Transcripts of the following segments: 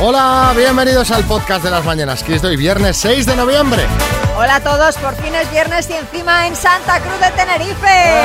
Hola, bienvenidos al podcast de las Mañanas Kiss de hoy, viernes 6 de noviembre. Hola a todos, por fin es viernes y encima en Santa Cruz de Tenerife.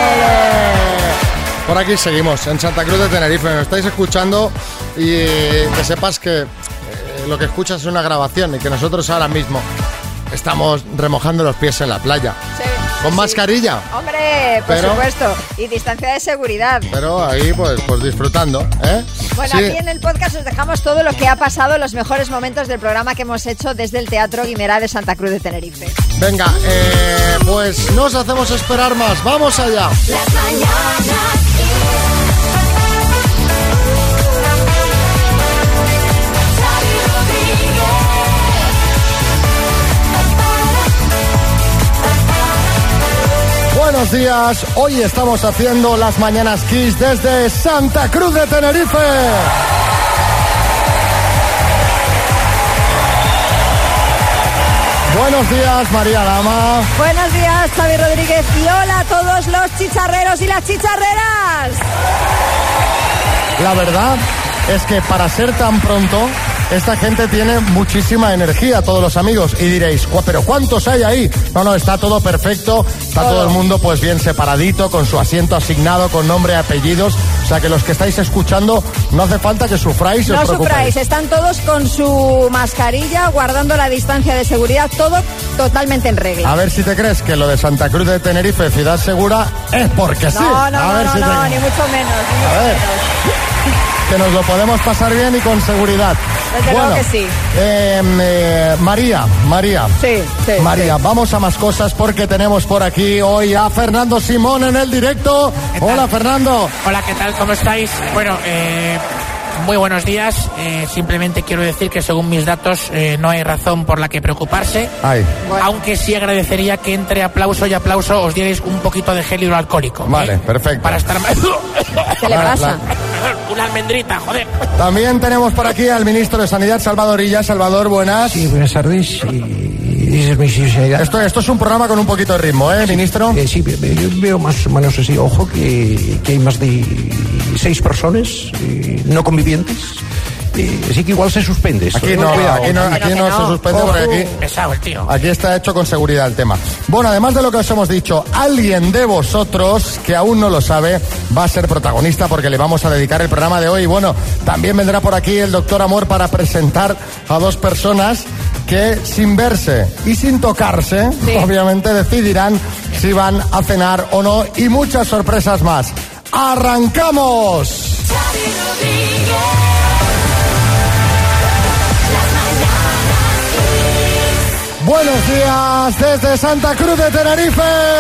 Por aquí seguimos, en Santa Cruz de Tenerife. Me estáis escuchando y que sepas que lo que escuchas es una grabación y que nosotros ahora mismo estamos remojando los pies en la playa. Sí. ¿Con mascarilla? Hombre, por supuesto. Y distancia de seguridad. Pero ahí pues disfrutando, ¿eh? Bueno, sí. Aquí en el podcast os dejamos todo lo que ha pasado, los mejores momentos del programa que hemos hecho desde el Teatro Guimerá de Santa Cruz de Tenerife. Venga, pues no os hacemos esperar más. ¡Vamos allá! Las Mañanas Buenos días, hoy estamos haciendo las Mañanas Kiss desde Santa Cruz de Tenerife. Buenos días, María Lama. Buenos días, Xavi Rodríguez. Y hola a todos los chicharreros y las chicharreras. La verdad es que para ser tan pronto, esta gente tiene muchísima energía, todos los amigos. Y diréis, ¿pero cuántos hay ahí? No, está todo perfecto. Está todo el mundo pues bien separadito, con su asiento asignado, con nombre y apellidos. O sea que los que estáis escuchando, no hace falta que sufráis. No sufráis, están todos con su mascarilla, guardando la distancia de seguridad, todo totalmente en regla. A ver si te crees que lo de Santa Cruz de Tenerife, ciudad segura, es porque sí. No, ni mucho menos. A ver, que nos lo podemos pasar bien y con seguridad. Desde luego que sí. María. Sí. María, vamos a más cosas porque tenemos por aquí hoy a Fernando Simón en el directo. Hola, Fernando. Hola, ¿qué tal? ¿Cómo estáis? Bueno, muy buenos días. Simplemente quiero decir que según mis datos no hay razón por la que preocuparse. Bueno. Aunque sí agradecería que entre aplauso y aplauso os dierais un poquito de gel hidroalcohólico. Vale, perfecto. Para estar más... ¿Qué le pasa? Una almendrita, joder. También tenemos por aquí al ministro de Sanidad, Salvador Illa. Salvador, buenas. Sí, buenas tardes. Esto es un programa con un poquito de ritmo, ministro. Sí, yo veo más o menos así, ojo, que hay más de 6 personas no convivientes. Así que igual se suspende esto. Aquí no se suspende porque pesado el tío. Aquí está hecho con seguridad el tema. Bueno, además de lo que os hemos dicho, alguien de vosotros que aún no lo sabe va a ser protagonista porque le vamos a dedicar el programa de hoy. Y bueno, también vendrá por aquí el doctor Amor para presentar a 2 personas que sin verse y sin tocarse, obviamente decidirán si van a cenar o no, y muchas sorpresas más. ¡Arrancamos! Buenos días desde Santa Cruz de Tenerife.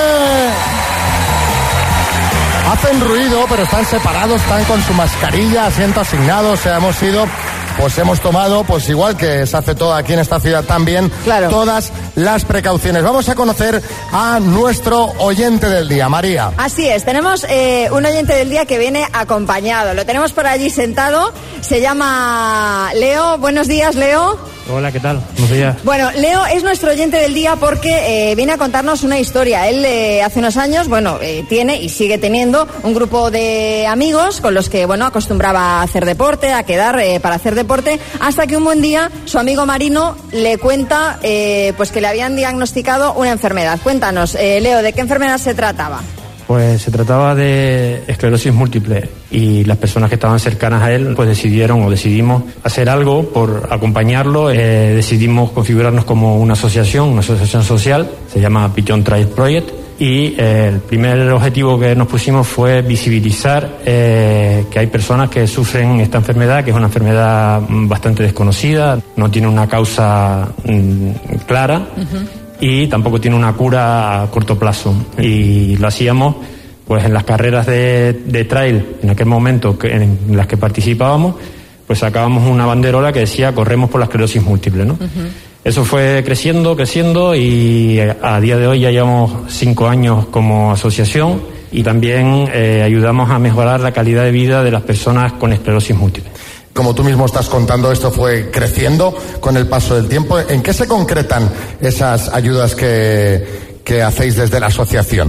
Hacen ruido, pero están separados, están con su mascarilla, asiento asignado. O sea, hemos tomado, pues igual que se hace todo aquí en esta ciudad también, claro, todas las precauciones. Vamos a conocer a nuestro oyente del día, María. Así es, tenemos un oyente del día que viene acompañado. Lo tenemos por allí sentado, se llama Leo. Buenos días, Leo. Hola, ¿qué tal? Buenos días. Bueno, Leo es nuestro oyente del día porque viene a contarnos una historia. Él hace unos años, tiene y sigue teniendo un grupo de amigos con los que, acostumbraba a hacer deporte, a quedar para hacer deporte, hasta que un buen día su amigo Marino le cuenta pues que le habían diagnosticado una enfermedad. Cuéntanos, Leo, ¿de qué enfermedad se trataba? Pues se trataba de esclerosis múltiple y las personas que estaban cercanas a él pues decidimos hacer algo por acompañarlo. Decidimos configurarnos como una asociación social, se llama Pichón Trail Project, y el primer objetivo que nos pusimos fue visibilizar que hay personas que sufren esta enfermedad, que es una enfermedad bastante desconocida, no tiene una causa clara. Uh-huh. Y tampoco tiene una cura a corto plazo. Y lo hacíamos pues en las carreras de trail, en aquel momento en las que participábamos, pues sacábamos una banderola que decía corremos por la esclerosis múltiple, ¿no? Uh-huh. Eso fue creciendo y a día de hoy ya llevamos 5 años como asociación y también ayudamos a mejorar la calidad de vida de las personas con esclerosis múltiple. Como tú mismo estás contando, esto fue creciendo con el paso del tiempo. ¿En qué se concretan esas ayudas que hacéis desde la asociación?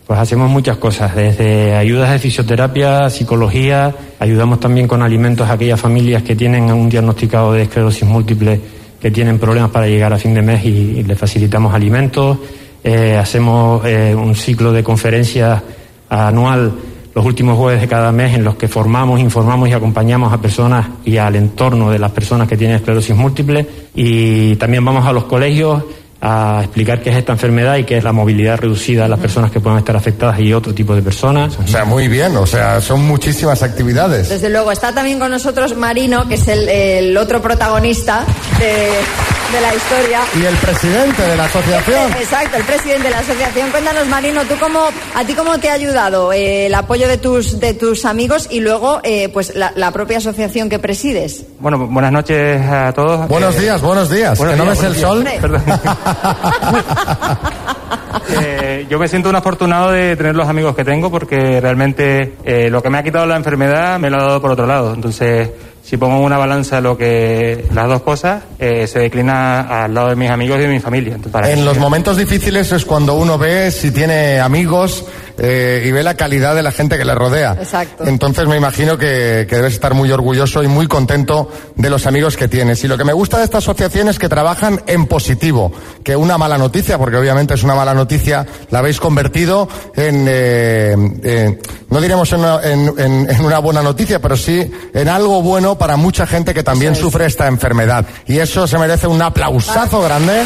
Pues hacemos muchas cosas, desde ayudas de fisioterapia, psicología, ayudamos también con alimentos a aquellas familias que tienen un diagnosticado de esclerosis múltiple, que tienen problemas para llegar a fin de mes y les facilitamos alimentos. Hacemos un ciclo de conferencias anual los últimos jueves de cada mes en los que formamos, informamos y acompañamos a personas y al entorno de las personas que tienen esclerosis múltiple, y también vamos a los colegios a explicar qué es esta enfermedad y qué es la movilidad reducida de las personas que puedan estar afectadas y otro tipo de personas. O sea, muy bien, o sea, son muchísimas actividades. Desde luego, está también con nosotros Marino, que es el otro protagonista de la historia. Y el presidente de la asociación. Exacto, el presidente de la asociación. Cuéntanos, Marino, ¿a ti cómo te ha ayudado el apoyo de tus amigos y luego pues la propia asociación que presides? Bueno, buenas noches a todos. Buenos días. ¿Que no ves el sol? Perdón. Yo me siento un afortunado de tener los amigos que tengo, porque realmente lo que me ha quitado la enfermedad me lo ha dado por otro lado. Entonces, si pongo en una balanza las dos cosas, se declina al lado de mis amigos y de mi familia. Entonces, en los momentos difíciles es cuando uno ve si tiene amigos y ve la calidad de la gente que le rodea. Exacto. Entonces me imagino que debes estar muy orgulloso y muy contento de los amigos que tienes. Y lo que me gusta de esta asociación es que trabajan en positivo, que una mala noticia, porque obviamente es una mala noticia, la habéis convertido en no diremos en una buena noticia, pero sí en algo bueno para mucha gente que también sufre esta enfermedad. Y eso se merece un aplausazo grande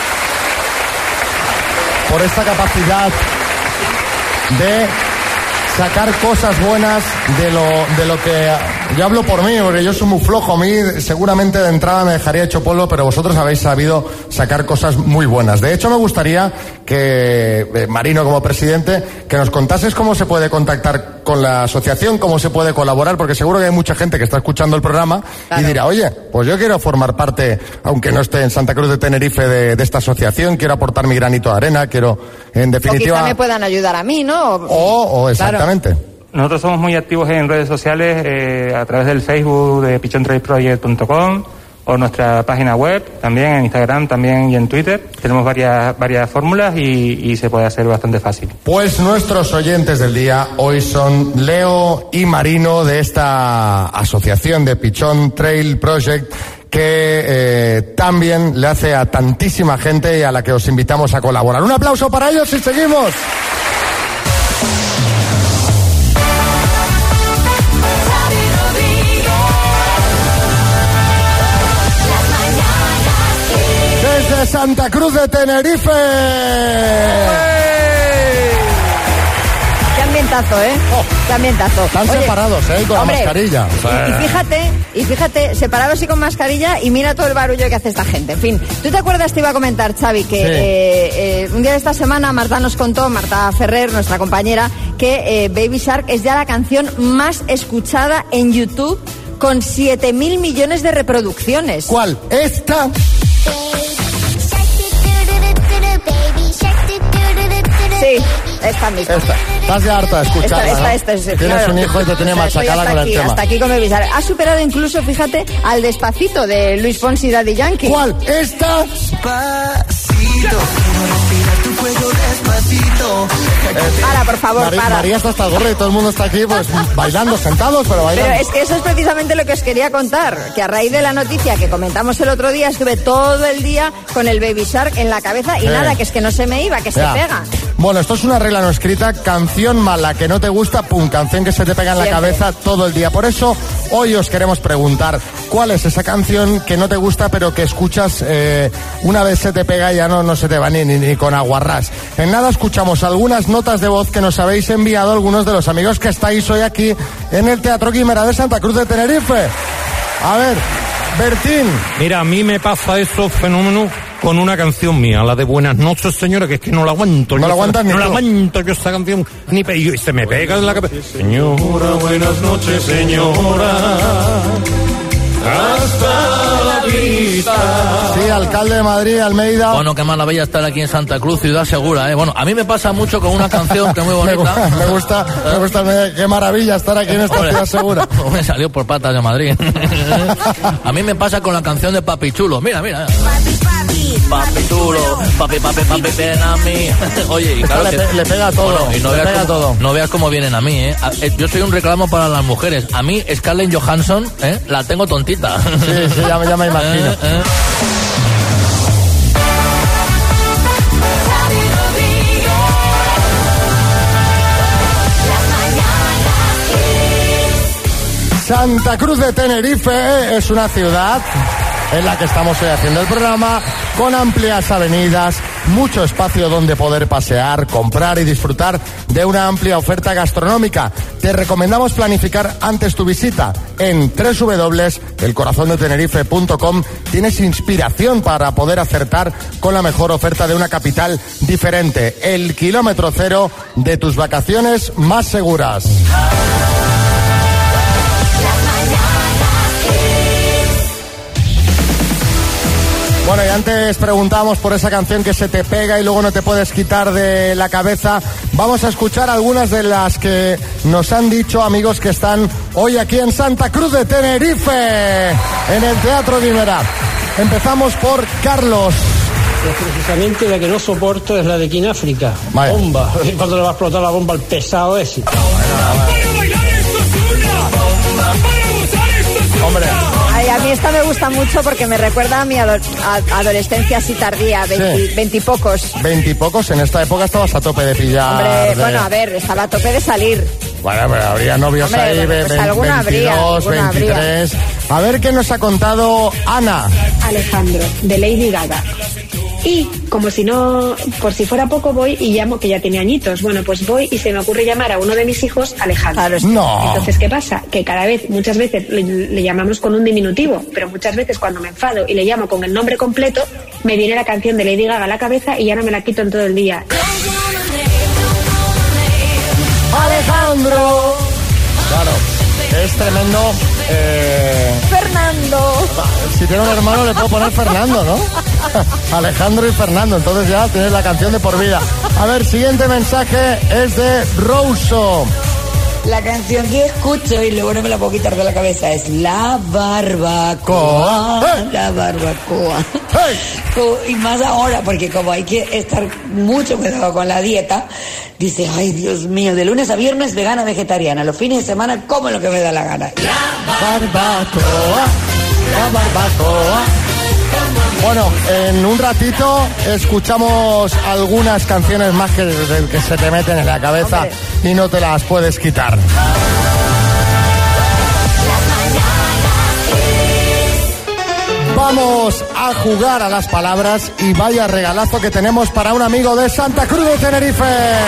por esta capacidad de sacar cosas buenas de lo que... Yo hablo por mí, porque yo soy muy flojo. A mí seguramente de entrada me dejaría hecho polvo, pero vosotros habéis sabido sacar cosas muy buenas. De hecho, me gustaría que, Marino, como presidente, que nos contases cómo se puede contactar con la asociación, cómo se puede colaborar, porque seguro que hay mucha gente que está escuchando el programa y dirá, oye, pues yo quiero formar parte, aunque no esté en Santa Cruz de Tenerife, de esta asociación, quiero aportar mi granito de arena, quiero, en definitiva... O quizá me puedan ayudar a mí, ¿no? O exactamente. Claro. Nosotros somos muy activos en redes sociales, a través del Facebook de pichontrailproject.com o nuestra página web, también en Instagram también y en Twitter. Tenemos varias fórmulas y se puede hacer bastante fácil. Pues nuestros oyentes del día hoy son Leo y Marino de esta asociación de Pichón Trail Project, que también le hace a tantísima gente y a la que os invitamos a colaborar. Un aplauso para ellos y seguimos. Desde Santa Cruz de Tenerife. Qué ambientazo, ¿eh? Qué ambientazo. Están separados, con la mascarilla. Y fíjate, separados y con mascarilla, y mira todo el barullo que hace esta gente. En fin, ¿tú te acuerdas, te iba a comentar, Xavi, que un día de esta semana Marta nos contó, Marta Ferrer, nuestra compañera, que Baby Shark es ya la canción más escuchada en YouTube, con 7.000 millones de reproducciones? ¿Cuál? ¿Esta? Sí, esta misma. Estás ya harta de escucharla, esta, Tienes claro. Un hijo y te tiene machacada con el tema. Hasta aquí con Baby Shark. Ha superado incluso, fíjate, al Despacito de Luis Fonsi y Daddy Yankee. ¿Cuál? ¿Esta? Despacito. Ahora, por favor, para. María está hasta el gorro y todo el mundo está aquí pues bailando, sentados, pero bailando. Pero es que eso es precisamente lo que os quería contar, que a raíz de la noticia que comentamos el otro día, estuve todo el día con el Baby Shark en la cabeza y nada, que es que no se me iba, que se pega. Bueno, esto es una regla no escrita, canción mala que no te gusta, pum, canción que se te pega en la cabeza todo el día. Por eso, hoy os queremos preguntar, ¿cuál es esa canción que no te gusta pero que escuchas una vez se te pega y ya no se te va ni con aguarrás? En nada escuchamos algunas notas de voz que nos habéis enviado algunos de los amigos que estáis hoy aquí en el Teatro Quimera de Santa Cruz de Tenerife. A ver, Bertín. Mira, a mí me pasa eso fenómeno con una canción mía, la de Buenas noches, señora, que es que no la aguanto. No la aguantas ni tú. No la aguanto yo esa canción, y se me pega en la cabeza. Señora, buenas noches, señora. Hasta la vista. Sí, alcalde de Madrid, Almeida. Bueno, qué maravilla estar aquí en Santa Cruz, ciudad segura, ¿eh? Bueno, a mí me pasa mucho con una canción que es muy bonita. me gusta, qué maravilla estar aquí en esta ciudad segura. Me salió por patas de Madrid. A mí me pasa con la canción de Papi Chulo. Mira. Papi, papi, papi chulo, papi, ven a mí. Oye, y claro le pega todo, bueno, y le pega todo. No veas cómo vienen a mí, ¿eh? Yo soy un reclamo para las mujeres. A mí, Scarlett Johansson, la tengo tontita. Sí, ya me imagino. Santa Cruz de Tenerife es una ciudad en la que estamos hoy haciendo el programa, con amplias avenidas, mucho espacio donde poder pasear, comprar y disfrutar de una amplia oferta gastronómica. Te recomendamos planificar antes tu visita. En www.elcorazondetenerife.com tienes inspiración para poder acertar con la mejor oferta de una capital diferente. El kilómetro cero de tus vacaciones más seguras. Bueno, y antes preguntábamos por esa canción que se te pega y luego no te puedes quitar de la cabeza. Vamos a escuchar algunas de las que nos han dicho amigos que están hoy aquí en Santa Cruz de Tenerife, en el Teatro Guimerá. Empezamos por Carlos. Pues precisamente la que no soporto es la de Kináfrica. Vaya. Bomba. ¿Cuándo le va a explotar la bomba al pesado ese? Hombre. Ay, a mí esta me gusta mucho porque me recuerda a mi adolescencia así tardía, 20 y pocos. 20 y pocos, en esta época estabas a tope de pillar. Hombre, bueno, a ver, estaba a tope de salir. Bueno, pero habría novios. Hombre, ahí, pues 22, 23. A ver qué nos ha contado Ana. Alejandro, de Lady Gaga. Y como si no, por si fuera poco, voy y llamo, que ya tiene añitos. Bueno, pues voy y se me ocurre llamar a uno de mis hijos Alejandro. No. Entonces, ¿qué pasa? Que muchas veces le llamamos con un diminutivo, pero muchas veces cuando me enfado y le llamo con el nombre completo, me viene la canción de Lady Gaga a la cabeza y ya no me la quito en todo el día. Alejandro. Claro, es tremendo. Fernando. Si tiene un hermano le puedo poner Fernando, ¿no? Alejandro y Fernando, entonces ya tienes la canción de por vida. A ver, siguiente mensaje es de Rosso. La canción que escucho y luego no me la puedo quitar de la cabeza es La Barbacoa. ¡Hey! La Barbacoa. ¡Hey! Y más ahora, porque como hay que estar mucho cuidado con la dieta, dice, ay Dios mío, de lunes a viernes vegana, vegetariana, los fines de semana como lo que me da la gana. La Barbacoa. La Barbacoa. Bueno, en un ratito escuchamos algunas canciones más que se te meten en la cabeza. Hombre. Y no te las puedes quitar. Vamos a jugar a las palabras y vaya regalazo que tenemos para un amigo de Santa Cruz de Tenerife.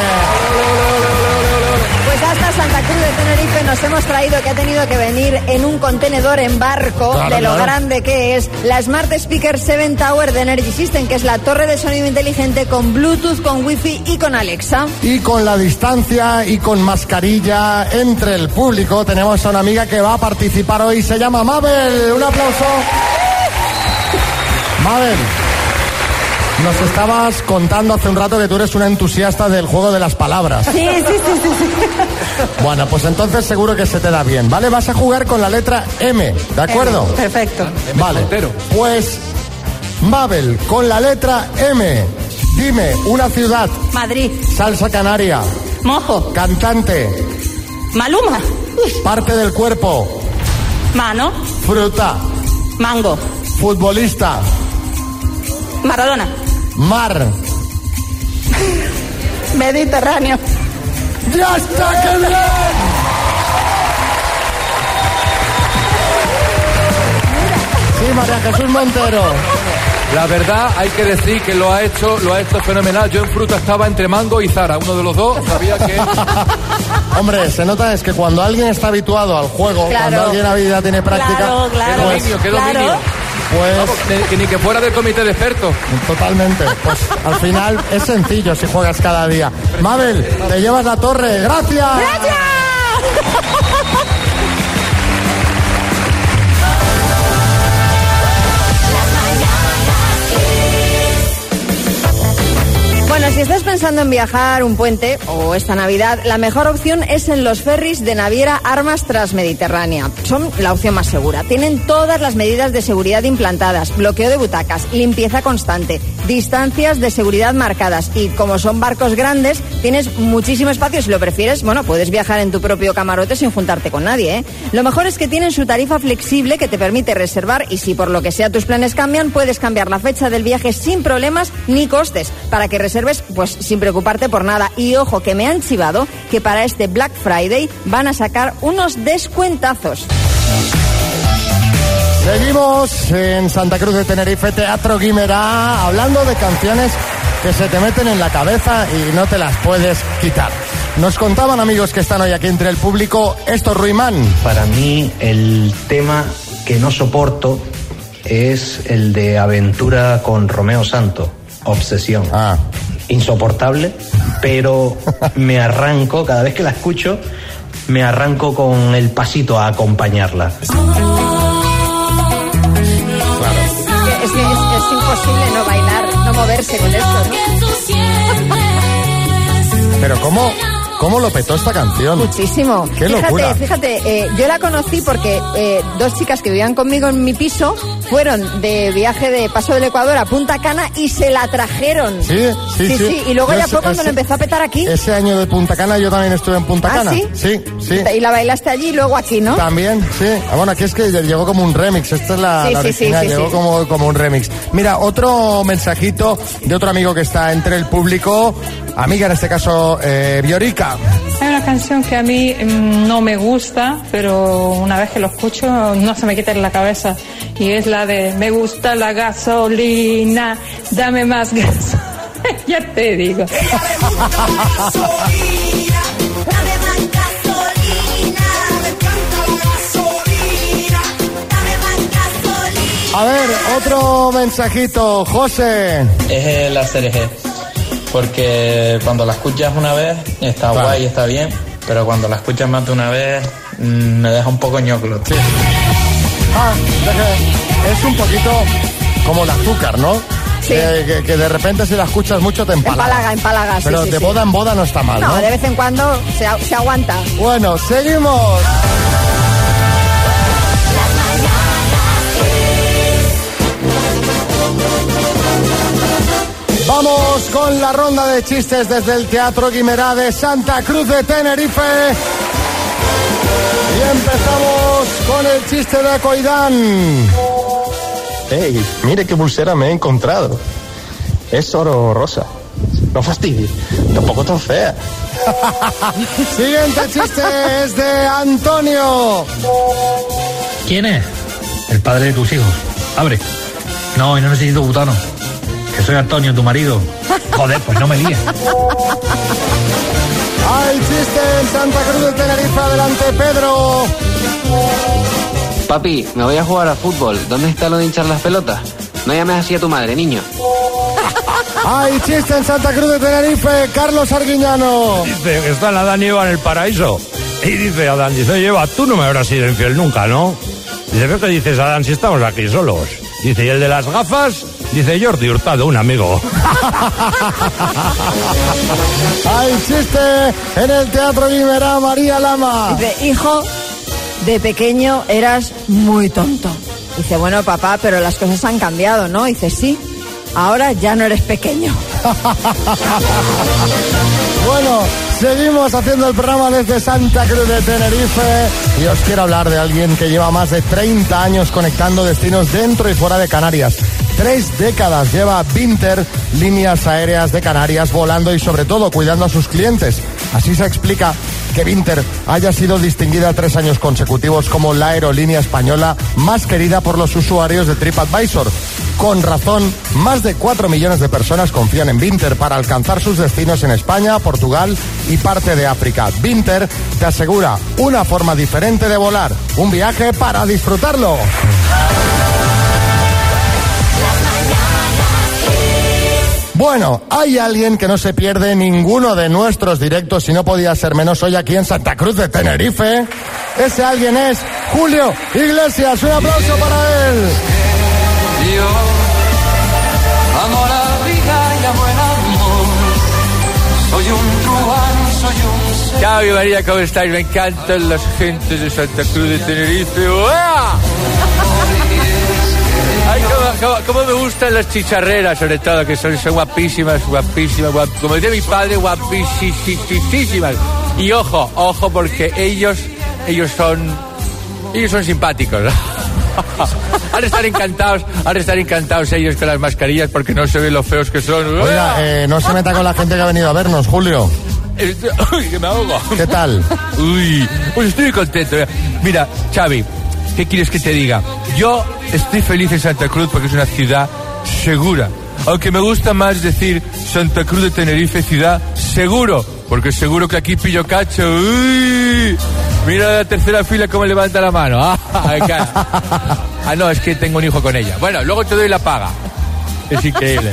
Pues hasta Santa Cruz de Tenerife nos hemos traído, que ha tenido que venir en un contenedor en barco, claro, de lo grande que es, la Smart Speaker 7 Tower de Energy System, que es la torre de sonido inteligente con Bluetooth, con Wi-Fi y con Alexa. Y con la distancia y con mascarilla entre el público tenemos a una amiga que va a participar hoy, se llama Mabel. Un aplauso. Mabel, nos estabas contando hace un rato que tú eres una entusiasta del juego de las palabras. Sí. Bueno, pues entonces seguro que se te da bien, ¿vale? Vas a jugar con la letra M, ¿de acuerdo? Perfecto. Vale, pues Mabel, con la letra M, dime una ciudad. Madrid. Salsa canaria. Mojo. Cantante. Maluma. Parte del cuerpo. Mano. Fruta. Mango. Futbolista. Maradona. Mar. Mediterráneo. ¡Ya está, qué bien! Sí, María Jesús Montero. La verdad, hay que decir que lo ha hecho fenomenal. Yo en fruta estaba entre mango y Zara, uno de los dos, sabía que... Hombre, se nota es que cuando alguien está habituado al juego, claro, cuando alguien ya tiene práctica... Claro. Qué dominio. Pues... Vamos, que ni que fuera del comité de expertos. Totalmente. Pues al final es sencillo si juegas cada día. Mabel, te llevas la torre. ¡Gracias! ¡Gracias! Bueno, si estás pensando en viajar un puente o esta Navidad, la mejor opción es en los ferries de Naviera Armas Transmediterránea. Son la opción más segura. Tienen todas las medidas de seguridad implantadas, bloqueo de butacas, limpieza constante, distancias de seguridad marcadas y como son barcos grandes, tienes muchísimo espacio. Si lo prefieres, bueno, puedes viajar en tu propio camarote sin juntarte con nadie, ¿eh? Lo mejor es que tienen su tarifa flexible que te permite reservar y si por lo que sea tus planes cambian, puedes cambiar la fecha del viaje sin problemas ni costes para que reserves pues sin preocuparte por nada. Y ojo, que me han chivado que para este Black Friday van a sacar unos descuentazos. Seguimos en Santa Cruz de Tenerife, Teatro Guimerá, hablando de canciones que se te meten en la cabeza y no te las puedes quitar. Nos contaban amigos que están hoy aquí entre el público, esto, Ruimán. Para mí el tema que no soporto es el de Aventura con Romeo Santo, Obsesión. Insoportable, pero me arranco, cada vez que la escucho, me arranco con el pasito a acompañarla. Es imposible no bailar, no moverse con esto, ¿no? Pero ¿cómo lo petó esta canción? Muchísimo. ¡Qué locura! Fíjate, yo la conocí porque dos chicas que vivían conmigo en mi piso fueron de viaje de Paso del Ecuador a Punta Cana y se la trajeron. Sí. Y luego ya fue cuando lo empezó a petar aquí. Ese año de Punta Cana yo también estuve en Punta Cana. ¿Sí? Sí. Y la bailaste allí y luego aquí, ¿no? También, sí. Bueno, aquí es que llegó como un remix. Esta es la original, llegó como un remix. Mira, otro mensajito de otro amigo que está entre el público. Amiga, en este caso, Viorica. Hay una canción que a mí no me gusta, pero una vez que lo escucho no se me quita de la cabeza. Y es la de me gusta la gasolina, dame más gasolina. Ya te digo. A ver, otro mensajito, José. Es la CRG. Porque cuando la escuchas una vez está guay, está bien, pero cuando la escuchas más de una vez me deja un poco ñoclo. Sí. Es un poquito como el azúcar, ¿no? Sí. Que de repente si la escuchas mucho te empalaga. Empalaga, pero sí. de boda en boda no está mal, ¿no? No, de vez en cuando se aguanta. Bueno, seguimos. Vamos con la ronda de chistes desde el Teatro Guimerá de Santa Cruz de Tenerife. Y empezamos con el chiste de Coidán. ¡Ey! Mire qué pulsera me he encontrado. Es oro rosa. No fastidies. Tampoco tan fea. Siguiente chiste es de Antonio. ¿Quién es? El padre de tus hijos. Abre. No, y no necesito butano. Que soy Antonio, tu marido. Joder, pues no me líes. Hay chiste en Santa Cruz de Tenerife. Adelante, Pedro. Papi, me voy a jugar al fútbol. ¿Dónde está lo de hinchar las pelotas? No llames así a tu madre, niño. Hay chiste en Santa Cruz de Tenerife. Carlos Arguiñano. Dice que está Adán y Eva en el paraíso. Y dice Adán, dice, Eva, tú no me habrás sido infiel nunca, ¿no? Dice, ¿qué dices, Adán, si estamos aquí solos? Dice, ¿y el de las gafas? Dice, Jordi Hurtado, un amigo. Hay chiste en el Teatro Guimerá, María Lama. Dice, hijo, de pequeño eras muy tonto. Dice, bueno, papá, pero las cosas han cambiado, ¿no? Dice, sí, ahora ya no eres pequeño. Bueno, seguimos haciendo el programa desde Santa Cruz de Tenerife y os quiero hablar de alguien que lleva más de 30 años conectando destinos dentro y fuera de Canarias. 3 décadas lleva Vinter, líneas aéreas de Canarias, volando y sobre todo cuidando a sus clientes. Así se explica que Vinter haya sido distinguida 3 años consecutivos como la aerolínea española más querida por los usuarios de TripAdvisor. Con razón, más de 4 millones de personas confían en Vinter para alcanzar sus destinos en España, Portugal y parte de África. Vinter te asegura una forma diferente de volar, un viaje para disfrutarlo. Bueno, hay alguien que no se pierde ninguno de nuestros directos y no podía ser menos hoy aquí en Santa Cruz de Tenerife. Ese alguien es Julio Iglesias. Un aplauso para él. Yo amo la vida y amo el amor. Soy un truán, soy un... Chao, María, ¿cómo estáis? Me encantan las gentes de Santa Cruz de Tenerife. ¡Uah! Ay, cómo me gustan las chicharreras, sobre todo, que son guapísimas, como decía mi padre, guapísimas. Y ojo, porque ellos son simpáticos, ¿no? Han de estar encantados ellos con las mascarillas porque no se ven lo feos que son. Oiga, no se meta con la gente que ha venido a vernos, Julio. Uy, que me ahogo. ¿Qué tal? Uy, pues estoy contento. Mira, Xavi, ¿qué quieres que te diga? Yo estoy feliz en Santa Cruz porque es una ciudad segura. Aunque me gusta más decir Santa Cruz de Tenerife, ciudad seguro. Porque seguro que aquí pillo cacho. Uy, mira la tercera fila cómo levanta la mano. No, es que tengo un hijo con ella. Bueno, luego te doy la paga. Es increíble.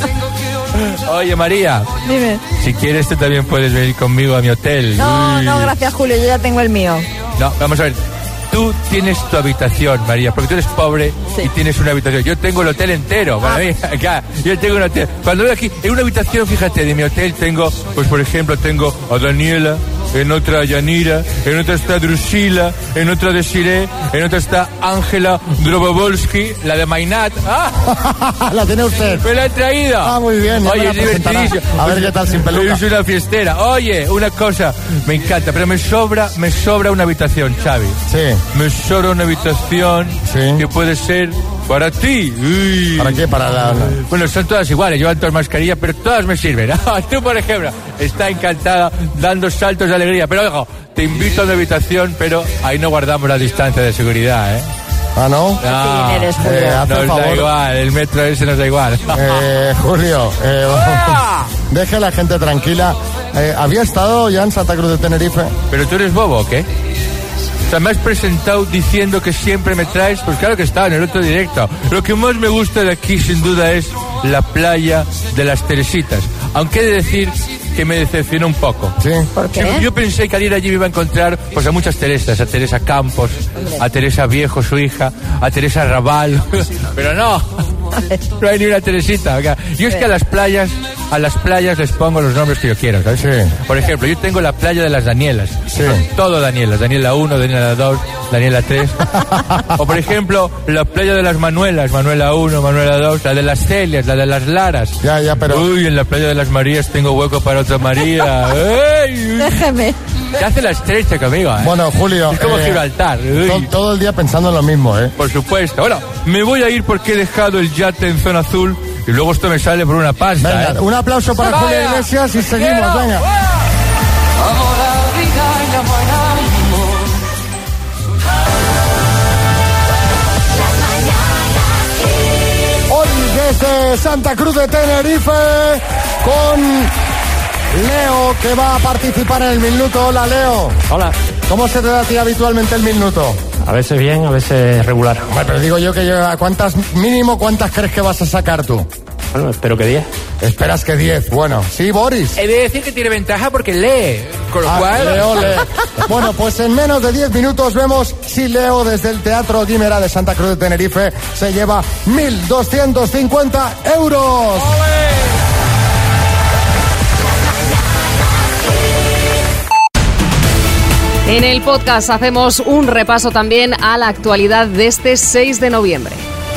Oye, María. Dime. Si quieres, tú también puedes venir conmigo a mi hotel. No, gracias, Julio, yo ya tengo el mío. No, vamos a ver. Tú tienes tu habitación, María, porque tú eres pobre y tienes una habitación. Yo tengo el hotel entero, para mí. Acá, yo tengo un hotel. Cuando voy aquí, en una habitación, fíjate, de mi hotel tengo, pues por ejemplo, tengo a Daniela, en otra a Yanira, en otra está Drusila, en otra Desiree, en otra está Ángela Drobovolsky, la de Mainat. ¿La tiene usted? Me la he traído. Muy bien. Oye, es divertidísimo. A ver qué tal sin peluca. Es una fiestera. Oye, una cosa, me encanta, pero me sobra una habitación, Xavi. Sí. Me sobra una habitación que puede ser para ti. Uy. ¿Para qué? Para la... Bueno, son todas iguales, llevan todas mascarillas, pero todas me sirven. Tú, por ejemplo, está encantada dando saltos de alegría. Pero, ojo, te invito a una habitación, pero ahí no guardamos la distancia de seguridad, ¿eh? ¿Ah, no? Nos da igual, el metro ese nos da igual. Julio, deje a la gente tranquila. ¿Había estado ya en Santa Cruz de Tenerife? ¿Pero tú eres bobo o qué? O sea, me has presentado diciendo que siempre me traes. Pues claro que estaba en el otro directo. Lo que más me gusta de aquí, sin duda, es la playa de las Teresitas. Aunque he de decir que me decepcionó un poco. ¿Sí? ¿Por qué? Yo pensé que al ir allí me iba a encontrar pues a muchas Teresas, a Teresa Campos, a Teresa Viejo, su hija, a Teresa Raval, pero no hay ni una Teresita. Yo es que a las playas les pongo los nombres que yo quiero, ¿sabes? Sí. Por ejemplo, yo tengo la playa de las Danielas. Sí. Todo Danielas. Daniela 1, Daniela 2, Daniela 3. O por ejemplo, la playa de las Manuelas. Manuela 1, Manuela 2. La de las Celias, la de las Laras. Ya, pero... Uy, en la playa de las Marías tengo hueco para otra María. Déjeme. Te hace la estrecha conmigo, ¿eh? Bueno, Julio... Es como Gibraltar. Todo el día pensando en lo mismo, ¿eh? Por supuesto. Bueno, me voy a ir porque he dejado el yate en zona azul y luego esto me sale por una pasta. Venga, ¿eh? Un aplauso para Julio Iglesias y seguimos, venga. Amo la vida y la Hoy desde Santa Cruz de Tenerife con Leo, que va a participar en el minuto. Hola, Leo. Hola. ¿Cómo se te da a ti habitualmente el minuto? A veces bien, a veces regular. Bueno, pero digo yo que ¿cuántas crees que vas a sacar tú? Bueno, espero que 10. Esperas que 10. Bueno, sí, Boris. He de decir que tiene ventaja porque lee. Con lo cual... Leo lee. Bueno, pues en menos de 10 minutos vemos si Leo desde el Teatro Guimerá de Santa Cruz de Tenerife se lleva 1.250 euros. En el podcast hacemos un repaso también a la actualidad de este 6 de noviembre.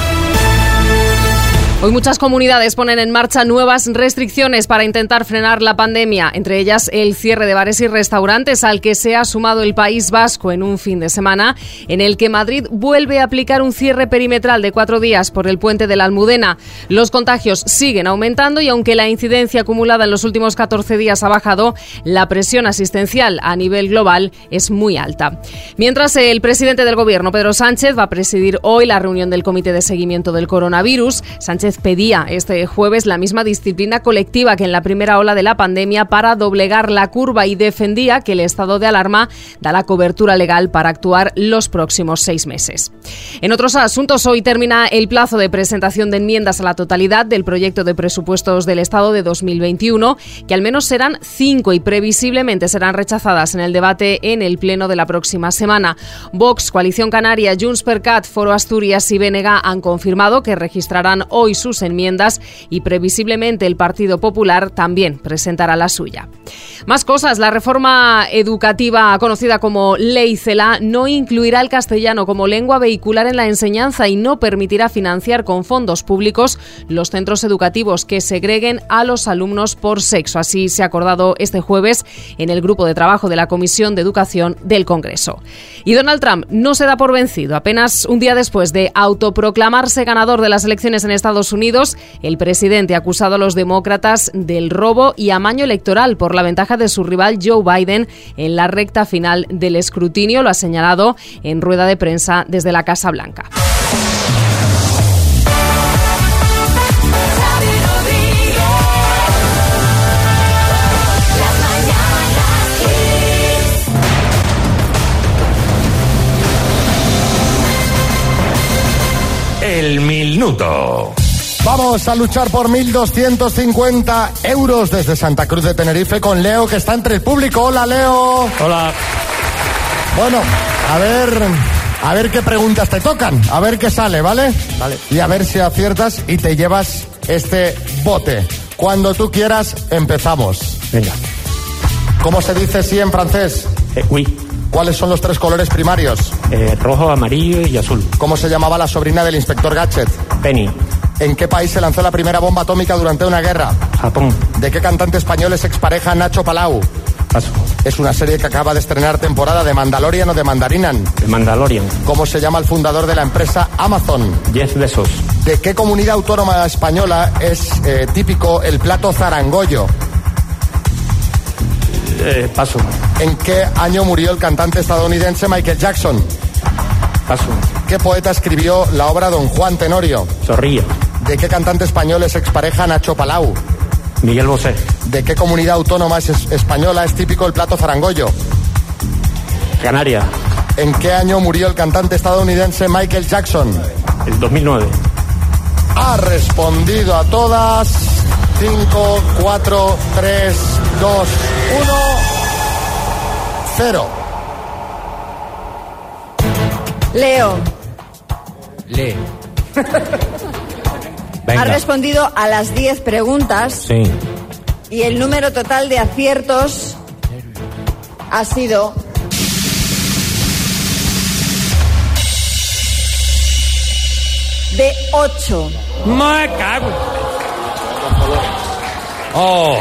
Hoy muchas comunidades ponen en marcha nuevas restricciones para intentar frenar la pandemia, entre ellas el cierre de bares y restaurantes al que se ha sumado el País Vasco en un fin de semana en el que Madrid vuelve a aplicar un cierre perimetral de 4 días por el puente de la Almudena. Los contagios siguen aumentando y aunque la incidencia acumulada en los últimos 14 días ha bajado, la presión asistencial a nivel global es muy alta. Mientras, el presidente del Gobierno, Pedro Sánchez, va a presidir hoy la reunión del Comité de Seguimiento del Coronavirus. Sánchez pedía este jueves la misma disciplina colectiva que en la primera ola de la pandemia para doblegar la curva y defendía que el estado de alarma da la cobertura legal para actuar los próximos 6 meses. En otros asuntos, hoy termina el plazo de presentación de enmiendas a la totalidad del proyecto de presupuestos del Estado de 2021, que al menos serán 5 y previsiblemente serán rechazadas en el debate en el pleno de la próxima semana. Vox, Coalición Canaria, Junts per Cat, Foro Asturias y BNG han confirmado que registrarán hoy sus enmiendas y previsiblemente el Partido Popular también presentará la suya. Más cosas. La reforma educativa conocida como Ley Celaá no incluirá el castellano como lengua vehicular en la enseñanza y no permitirá financiar con fondos públicos los centros educativos que segreguen a los alumnos por sexo. Así se ha acordado este jueves en el grupo de trabajo de la Comisión de Educación del Congreso. Y Donald Trump no se da por vencido. Apenas un día después de autoproclamarse ganador de las elecciones en Estados Unidos, el presidente ha acusado a los demócratas del robo y amaño electoral por la ventaja de su rival Joe Biden en la recta final del escrutinio. Lo ha señalado en rueda de prensa desde la Casa Blanca. El minuto. Vamos a luchar por 1.250 euros desde Santa Cruz de Tenerife con Leo, que está entre el público. Hola, Leo. Hola. Bueno, a ver qué preguntas te tocan, a ver qué sale, ¿vale? Vale. Y a ver si aciertas y te llevas este bote. Cuando tú quieras, empezamos. Venga. ¿Cómo se dice sí en francés? Oui. ¿Cuáles son los 3 colores primarios? Rojo, amarillo y azul. ¿Cómo se llamaba la sobrina del inspector Gadget? Penny. ¿En qué país se lanzó la primera bomba atómica durante una guerra? Japón. ¿De qué cantante español es expareja Nacho Palau? Paso. Es una serie que acaba de estrenar temporada de Mandalorian o de Mandarinan. De Mandalorian. ¿Cómo se llama el fundador de la empresa Amazon? Jeff Bezos. ¿De qué comunidad autónoma española es típico el plato zarangollo? Paso. ¿En qué año murió el cantante estadounidense Michael Jackson? Paso. ¿Qué poeta escribió la obra Don Juan Tenorio? Zorrilla. ¿De qué cantante español es expareja Nacho Palau? Miguel Bosé. ¿De qué comunidad autónoma española es típico el plato zarangollo? Canarias. ¿En qué año murió el cantante estadounidense Michael Jackson? El 2009. Ha respondido a todas. 5, 4, 3, 2, 1, 0. Leo. Venga. Ha respondido a las 10 preguntas. Sí. Y el número total de aciertos ha sido... de 8. Me cago. Oh.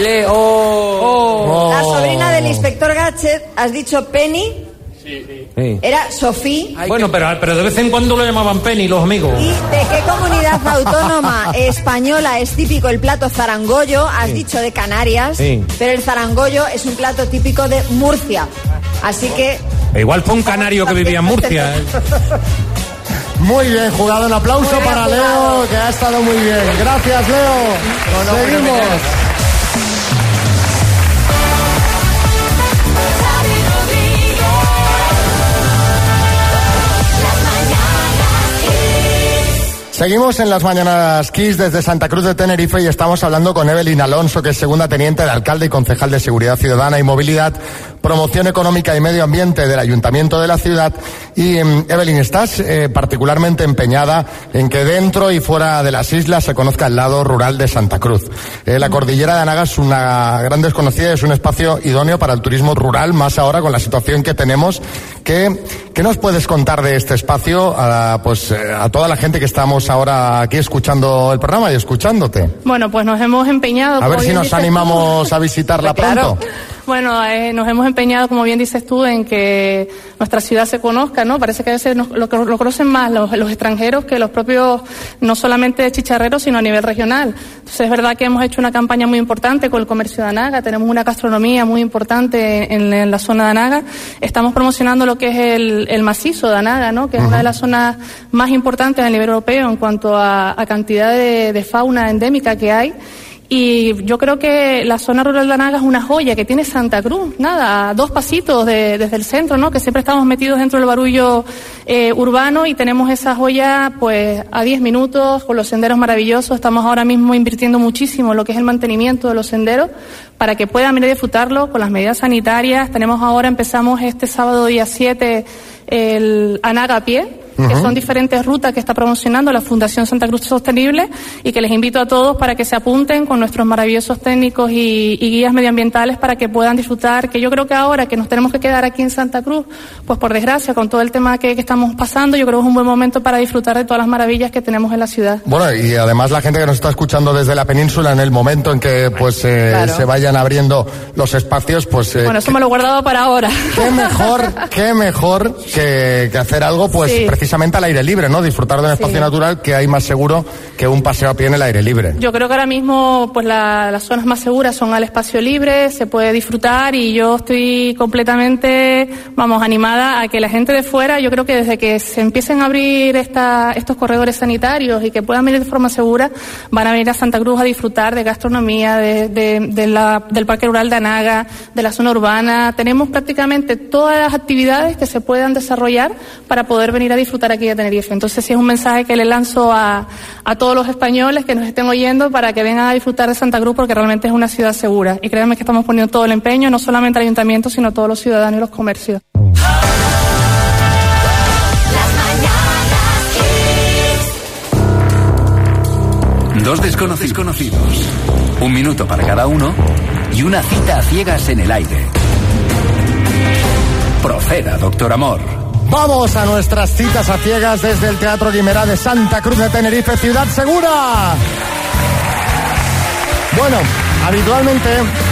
La sobrina del inspector Gadget, has dicho Penny. Sí. Era Sofía. Bueno, pero de vez en cuando lo llamaban Penny los amigos. ¿Y de qué comunidad autónoma española es típico el plato zarangollo? Has dicho de Canarias, pero el zarangollo es un plato típico de Murcia. Así que... Igual fue un canario que vivía en Murcia. Muy bien jugado, un aplauso para Leo, que ha estado muy bien. Gracias, Leo. Seguimos. Seguimos en las Mañanas Kiss desde Santa Cruz de Tenerife y estamos hablando con Evelyn Alonso, que es segunda teniente de alcalde y concejal de Seguridad Ciudadana y Movilidad, Promoción Económica y Medio Ambiente del Ayuntamiento de la ciudad. Y Evelyn, estás particularmente empeñada en que dentro y fuera de las islas se conozca el lado rural de Santa Cruz. La cordillera de Anaga es una gran desconocida y es un espacio idóneo para el turismo rural, más ahora con la situación que tenemos. ¿Qué nos puedes contar de este espacio a toda la gente que estamos ahora aquí escuchando el programa y escuchándote? Bueno, pues nos hemos empeñado... A ver si nos animamos a visitarla pronto. Bueno, nos hemos empeñado, como bien dices tú, en que nuestra ciudad se conozca, ¿no? Parece que a veces lo conocen más los extranjeros que los propios, no solamente chicharreros, sino a nivel regional. Entonces es verdad que hemos hecho una campaña muy importante con el comercio de Anaga, tenemos una gastronomía muy importante en la zona de Anaga. Estamos promocionando lo que es el macizo de Anaga, ¿no? Que es una de las zonas más importantes a nivel europeo en cuanto a cantidad de fauna endémica que hay. Y yo creo que la zona rural de Anaga es una joya que tiene Santa Cruz, nada, a 2 pasitos desde el centro, ¿no? Que siempre estamos metidos dentro del barullo urbano y tenemos esa joya pues a 10 minutos con los senderos maravillosos. Estamos ahora mismo invirtiendo muchísimo en lo que es el mantenimiento de los senderos para que puedan venir a disfrutarlo con las medidas sanitarias. Empezamos este sábado día 7 el Anaga a pie. que son diferentes rutas que está promocionando la Fundación Santa Cruz Sostenible y que les invito a todos para que se apunten con nuestros maravillosos técnicos y guías medioambientales para que puedan disfrutar, que yo creo que ahora que nos tenemos que quedar aquí en Santa Cruz, pues por desgracia, con todo el tema que estamos pasando, yo creo que es un buen momento para disfrutar de todas las maravillas que tenemos en la ciudad. Bueno, y además la gente que nos está escuchando desde la península, en el momento en que pues Claro. se vayan abriendo los espacios, pues... Bueno, eso me lo he guardado para ahora. Qué mejor que hacer algo, pues Sí. precisamente al aire libre, ¿no? Disfrutar de un espacio natural que hay más seguro que un paseo a pie en el aire libre. Yo creo que ahora mismo pues las zonas más seguras son al espacio libre, se puede disfrutar y yo estoy completamente, animada a que la gente de fuera, yo creo que desde que se empiecen a abrir estos corredores sanitarios y que puedan venir de forma segura, van a venir a Santa Cruz a disfrutar de gastronomía, del Parque Rural de Anaga, de la zona urbana. Tenemos prácticamente todas las actividades que se puedan desarrollar para poder venir a disfrutar aquí de Tenerife. Entonces sí es un mensaje que le lanzo a todos los españoles que nos estén oyendo para que vengan a disfrutar de Santa Cruz porque realmente es una ciudad segura. Y créanme que estamos poniendo todo el empeño, no solamente el ayuntamiento, sino todos los ciudadanos y los comercios. Dos desconocidos, un minuto para cada uno y una cita a ciegas en el aire. Proceda, doctor Amor. Vamos a nuestras citas a ciegas desde el Teatro Guimerá de Santa Cruz de Tenerife, Ciudad Segura. Bueno, habitualmente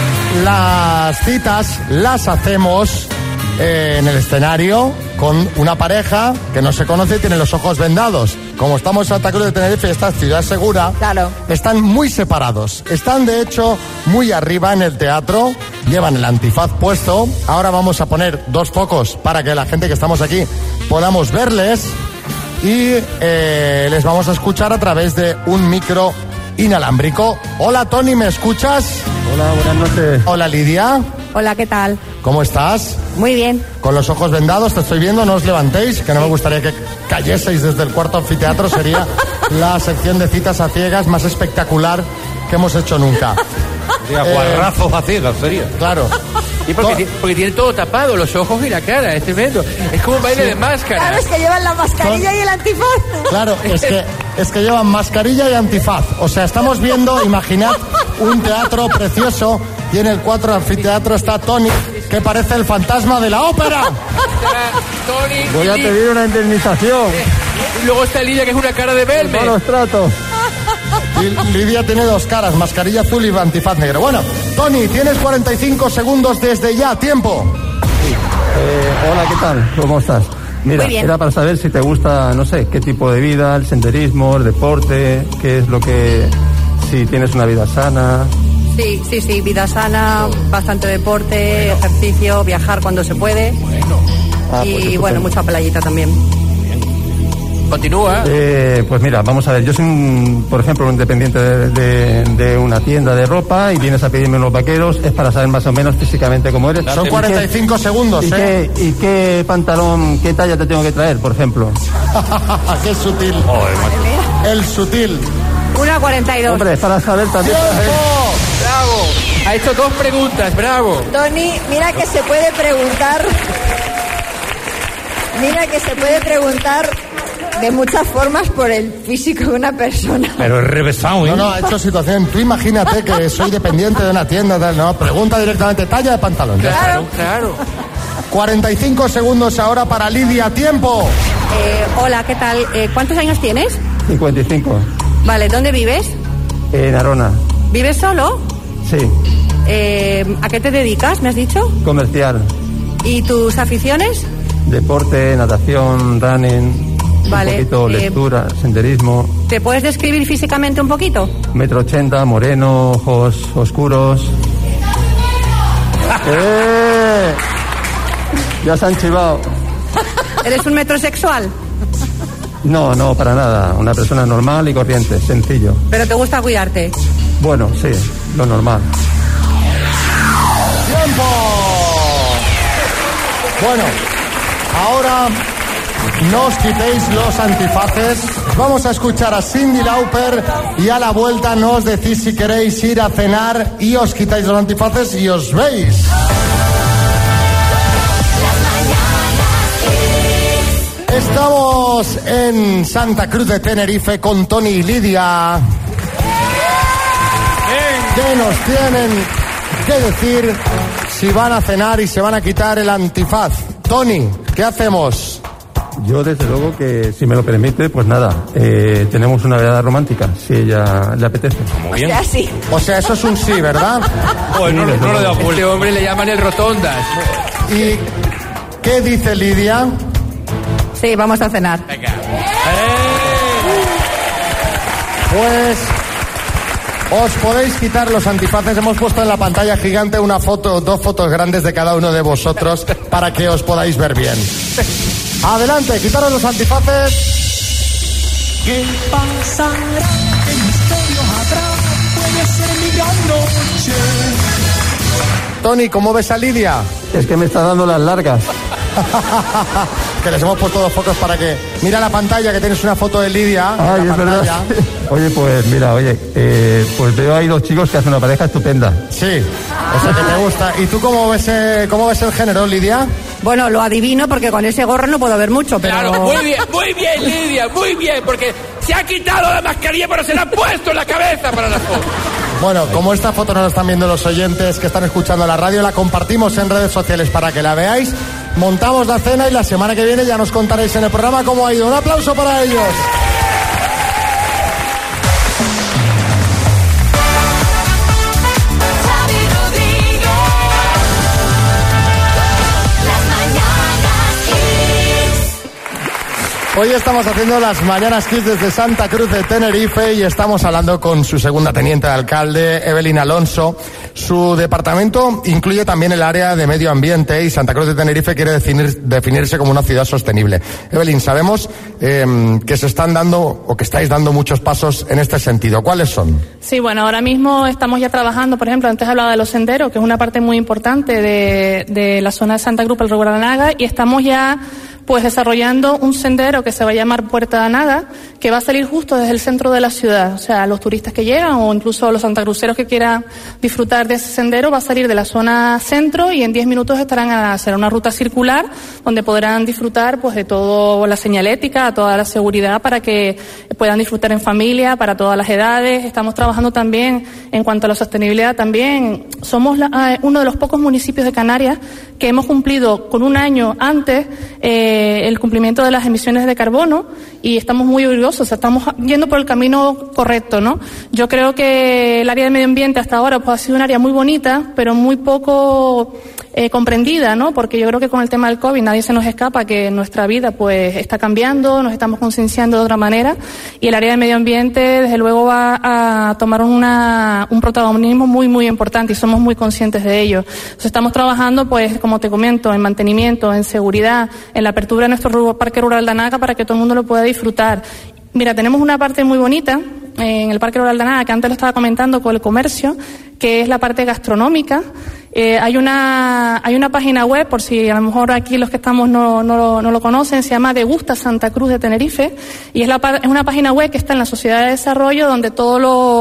las citas las hacemos en el escenario con una pareja que no se conoce y tiene los ojos vendados. Como estamos en Santa Cruz de Tenerife, esta Ciudad Segura, están muy separados. Están, de hecho, muy arriba en el teatro, llevan el antifaz puesto. Ahora vamos a poner dos focos para que la gente que estamos aquí podamos verles y les vamos a escuchar a través de un micro inalámbrico. Hola, Tony, ¿me escuchas? Hola, buenas noches. Hola, Lidia. Hola, ¿qué tal? ¿Cómo estás? Muy bien. Con los ojos vendados, te estoy viendo, no os levantéis, que no me gustaría que cayeseis desde el cuarto anfiteatro, sería la sección de citas a ciegas más espectacular que hemos hecho nunca. Guarrazos a ciegas sería. Claro. Y porque tiene todo tapado, los ojos y la cara, es tremendo. Es como un baile de máscara. Claro, es que llevan la mascarilla y el antifaz. Claro, es que llevan mascarilla y antifaz. O sea, estamos viendo, imaginad, un teatro precioso y en el cuarto anfiteatro está Tony, que parece el fantasma de la ópera. Tony, Voy a pedir una indemnización. Y luego está Lidia, que es una cara de Belme. No los trato. Y Lidia tiene dos caras, mascarilla azul y antifaz negro. Bueno, Tony, tienes 45 segundos desde ya, tiempo. Hola, ¿qué tal? ¿Cómo estás? Mira, era para saber si te gusta, no sé, qué tipo de vida, el senderismo, el deporte, qué es lo que... si tienes una vida sana... Sí, vida sana, bastante deporte, ejercicio, viajar cuando se puede. Y bueno, mucha playita también. Continúa. Pues mira, vamos a ver, yo soy, por ejemplo, un dependiente de una tienda de ropa y vienes a pedirme unos vaqueros, es para saber más o menos físicamente cómo eres. Son 45 segundos, ¿eh? ¿Y qué pantalón, qué talla te tengo que traer, por ejemplo? ¡Qué sutil! El sutil. 1,42. Hombre, para saber también... ¡Bravo! Ha hecho dos preguntas, bravo. Tony, mira que se puede preguntar... Mira que se puede preguntar de muchas formas por el físico de una persona. Pero es revesado, ¿eh? No, ha hecho situación. Tú imagínate que soy dependiente de una tienda, tal, no, pregunta directamente, talla de pantalón. Claro. 45 segundos ahora para Lidia, tiempo. Hola, ¿qué tal? ¿Cuántos años tienes? 55. Vale, ¿dónde vives? En Arona. ¿Vives solo? Sí. ¿A qué te dedicas, me has dicho? Comercial. ¿Y tus aficiones? Deporte, natación, running, vale, un poquito lectura, senderismo. ¿Te puedes describir físicamente un poquito? 1,80 m, moreno, ojos oscuros. Ya se han chivado. ¿Eres un metrosexual? No, para nada. Una persona normal y corriente, sencillo. ¿Pero te gusta cuidarte? Bueno, sí, lo normal. ¡Tiempo! Bueno, ahora no os quitéis los antifaces. Vamos a escuchar a Cyndi Lauper y a la vuelta nos decís si queréis ir a cenar y os quitáis los antifaces y os veis. Estamos en Santa Cruz de Tenerife con Tony y Lidia. ¿Qué nos tienen que decir si van a cenar y se van a quitar el antifaz? Tony, ¿qué hacemos? Yo desde luego que, si me lo permite, pues nada, tenemos una velada romántica, si ella le apetece. Muy bien. Sí. O sea, eso es un sí, ¿verdad? Bueno, no lo de acuerdo. Este hombre le llaman el rotondas. ¿Y qué dice Lidia? Sí, vamos a cenar. Venga. Pues os podéis quitar los antifaces. Hemos puesto en la pantalla gigante una foto, 2 fotos grandes de cada uno de vosotros para que os podáis ver bien. Adelante, quitaros los antifaces. ¿Qué pasará? ¿Qué misterio habrá? Puede ser mi gran noche. Tony, ¿cómo ves a Lidia? Es que me está dando las largas. Que les hemos puesto 2 fotos para que... Mira la pantalla, que tienes una foto de Lidia. Ay, es verdad. Oye, pues mira, pues veo ahí 2 chicos que hacen una pareja estupenda. Sí, o sea que te gusta. ¿Y tú cómo ves el género, Lidia? Bueno, lo adivino porque con ese gorro no puedo ver mucho, pero... Claro, muy bien, Lidia, muy bien, porque se ha quitado la mascarilla, pero se la ha puesto en la cabeza para la foto. Bueno, como esta foto no la están viendo los oyentes que están escuchando la radio, la compartimos en redes sociales para que la veáis. Montamos la cena y la semana que viene ya nos contaréis en el programa cómo ha ido. Un aplauso para ellos. Hoy estamos haciendo las Mañanas Kiss desde Santa Cruz de Tenerife y estamos hablando con su segunda teniente de alcalde, Evelyn Alonso. Su departamento incluye también el área de medio ambiente y Santa Cruz de Tenerife quiere definirse como una ciudad sostenible. Evelyn, sabemos que se están dando o que estáis dando muchos pasos en este sentido. ¿Cuáles son? Sí, bueno, ahora mismo estamos ya trabajando, por ejemplo, antes hablaba de los senderos, que es una parte muy importante de la zona de Santa Cruz, el Río Guadalanaga, y estamos ya pues desarrollando un sendero que se va a llamar Puerta de Anaga, que va a salir justo desde el centro de la ciudad. O sea, los turistas que llegan o incluso los santacruceros que quieran disfrutar de ese sendero va a salir de la zona centro y en 10 minutos estarán a hacer una ruta circular donde podrán disfrutar pues de toda la señalética, toda la seguridad para que puedan disfrutar en familia, para todas las edades. Estamos trabajando también en cuanto a la sostenibilidad. También somos uno de los pocos municipios de Canarias que hemos cumplido con un año antes el cumplimiento de las emisiones de carbono y estamos muy orgullosos, o sea, estamos yendo por el camino correcto, ¿no? Yo creo que el área de medio ambiente hasta ahora pues ha sido un área muy bonita, pero muy poco comprendida, ¿no? Porque yo creo que con el tema del COVID nadie se nos escapa que nuestra vida pues está cambiando, nos estamos concienciando de otra manera y el área de medio ambiente desde luego va a tomar un protagonismo muy muy importante y somos muy conscientes de ello. Entonces estamos trabajando pues como te comento en mantenimiento, en seguridad, en la apertura de nuestro parque rural de Anaga para que todo el mundo lo pueda disfrutar. Mira, tenemos una parte muy bonita en el parque rural de Anaga que antes lo estaba comentando con el comercio, que es la parte gastronómica. Hay una página web, por si a lo mejor aquí los que estamos no lo conocen, se llama Degusta Santa Cruz de Tenerife, y es una página web que está en la Sociedad de Desarrollo, donde todos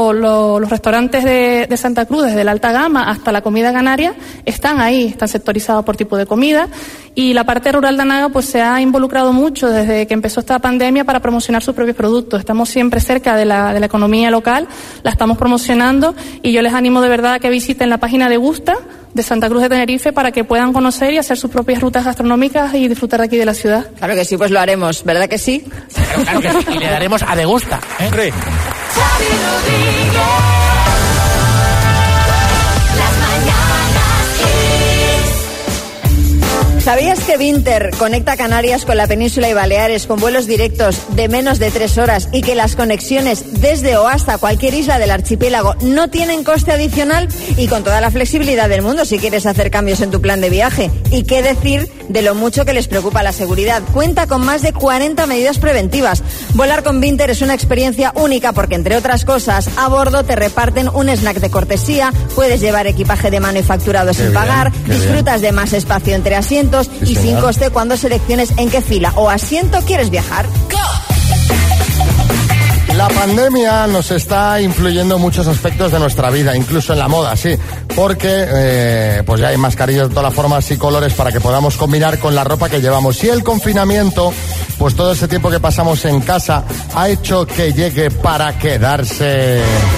los restaurantes de Santa Cruz, desde la alta gama hasta la comida canaria, están ahí, están sectorizados por tipo de comida, y la parte rural de Anaga pues se ha involucrado mucho desde que empezó esta pandemia para promocionar sus propios productos. Estamos siempre cerca de la economía local, la estamos promocionando, y yo les animo de verdad a que visiten la página Degusta de Santa Cruz de Tenerife para que puedan conocer y hacer sus propias rutas gastronómicas y disfrutar de aquí de la ciudad. Claro que sí, pues lo haremos, ¿verdad que sí? Claro que sí, y le daremos a Degusta, ¿eh? ¿Sabías que Vinter conecta Canarias con la península y Baleares con vuelos directos de menos de 3 horas y que las conexiones desde o hasta cualquier isla del archipiélago no tienen coste adicional y con toda la flexibilidad del mundo si quieres hacer cambios en tu plan de viaje? ¿Y qué decir de lo mucho que les preocupa la seguridad? Cuenta con más de 40 medidas preventivas. Volar con Vinter es una experiencia única porque, entre otras cosas, a bordo te reparten un snack de cortesía, puedes llevar equipaje de mano y facturado sin pagar, disfrutas de más espacio entre asientos y sin coste cuando selecciones en qué fila o asiento quieres viajar. La pandemia nos está influyendo en muchos aspectos de nuestra vida, incluso en la moda, sí. porque pues ya hay mascarillas de todas las formas y colores para que podamos combinar con la ropa que llevamos. Y el confinamiento, pues todo ese tiempo que pasamos en casa ha hecho que llegue para quedarse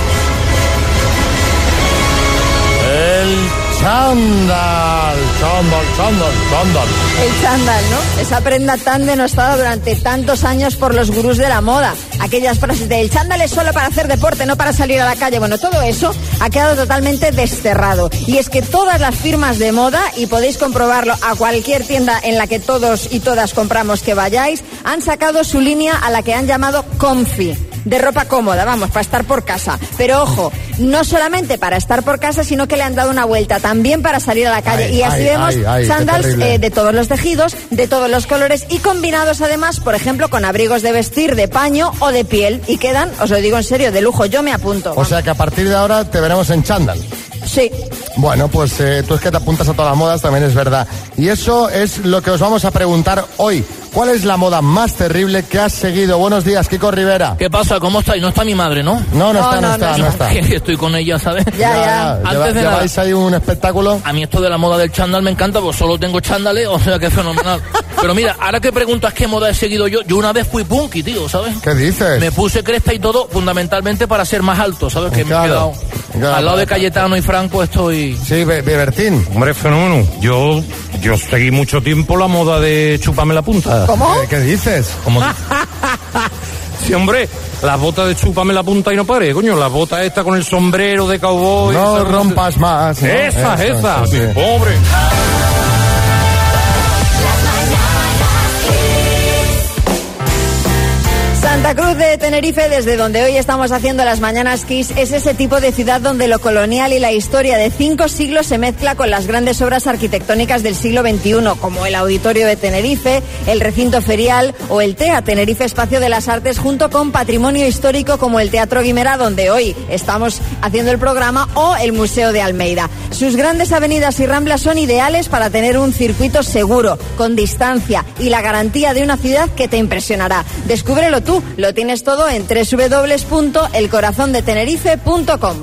el chándal. El chándal, ¿no? Esa prenda tan denostada durante tantos años por los gurús de la moda. Aquellas frases de el chándal es solo para hacer deporte, no para salir a la calle. Bueno, todo eso ha quedado totalmente desterrado. Y es que todas las firmas de moda, y podéis comprobarlo a cualquier tienda en la que todos y todas compramos que vayáis, han sacado su línea a la que han llamado Comfy. De ropa cómoda, vamos, para estar por casa. Pero ojo, no solamente para estar por casa, sino que le han dado una vuelta también para salir a la calle. Y así vemos chándals de todos los tejidos, de todos los colores y combinados además, por ejemplo, con abrigos de vestir, de paño o de piel. Y quedan, os lo digo en serio, de lujo. Yo me apunto. O sea que a partir de ahora te veremos en chándal. Sí. Bueno, pues tú es que te apuntas a todas las modas, también es verdad. Y eso es lo que os vamos a preguntar hoy. ¿Cuál es la moda más terrible que has seguido? Buenos días, Kiko Rivera. ¿Qué pasa? ¿Cómo estáis? No está mi madre, ¿no? No está. Estoy con ella, ¿sabes? Ya. ¿Lleváis ahí un espectáculo? A mí esto de la moda del chándal me encanta, pues solo tengo chándales, o sea que es fenomenal. Pero mira, ahora que preguntas qué moda he seguido yo una vez fui punky, tío, ¿sabes? ¿Qué dices? Me puse cresta y todo, fundamentalmente para ser más alto, ¿sabes? Que me he quedado al lado de Cayetano y Franco, estoy... Sí, Bertín. Hombre, fenómeno. Yo seguí mucho tiempo la moda de chúpame la punta. ¿Cómo? ¿Qué dices? ¿Cómo? Sí, hombre, las botas de chúpame la punta y no pare, coño, las botas esta con el sombrero de cowboy. No rompas más, ¿no? Esa. Sí. Pobre. Santa Cruz de Tenerife, desde donde hoy estamos haciendo las Mañanas Kiss, es ese tipo de ciudad donde lo colonial y la historia de 5 siglos se mezcla con las grandes obras arquitectónicas del siglo XXI, como el Auditorio de Tenerife, el Recinto Ferial o el TEA, Tenerife Espacio de las Artes, junto con patrimonio histórico como el Teatro Guimerá, donde hoy estamos haciendo el programa, o el Museo de Almeida. Sus grandes avenidas y ramblas son ideales para tener un circuito seguro, con distancia y la garantía de una ciudad que te impresionará. Descúbrelo tú. Lo tienes todo en www.elcorazondetenerife.com.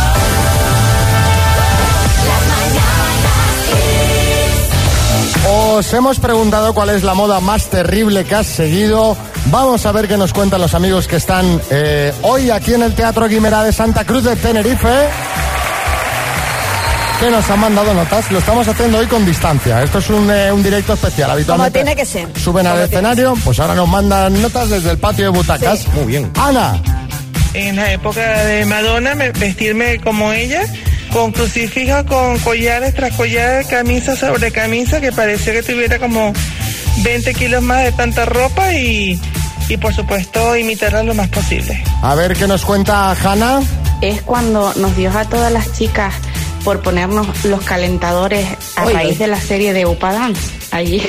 Os hemos preguntado cuál es la moda más terrible que has seguido. Vamos a ver qué nos cuentan los amigos que están hoy aquí en el Teatro Guimerá de Santa Cruz de Tenerife, que nos han mandado notas. Lo estamos haciendo hoy con distancia. Esto es un directo especial. Habitualmente como tiene que ser. Suben al escenario, pues ahora nos mandan notas desde el patio de butacas. Sí. Muy bien. Ana. En la época de Madonna, vestirme como ella, con crucifijos, con collares tras collares, camisa sobre camisa, que parecía que tuviera como 20 kilos más de tanta ropa y por supuesto imitarla lo más posible. A ver qué nos cuenta Hanna. Es cuando nos dio a todas las chicas por ponernos los calentadores a raíz de la serie de Upa Dance, allí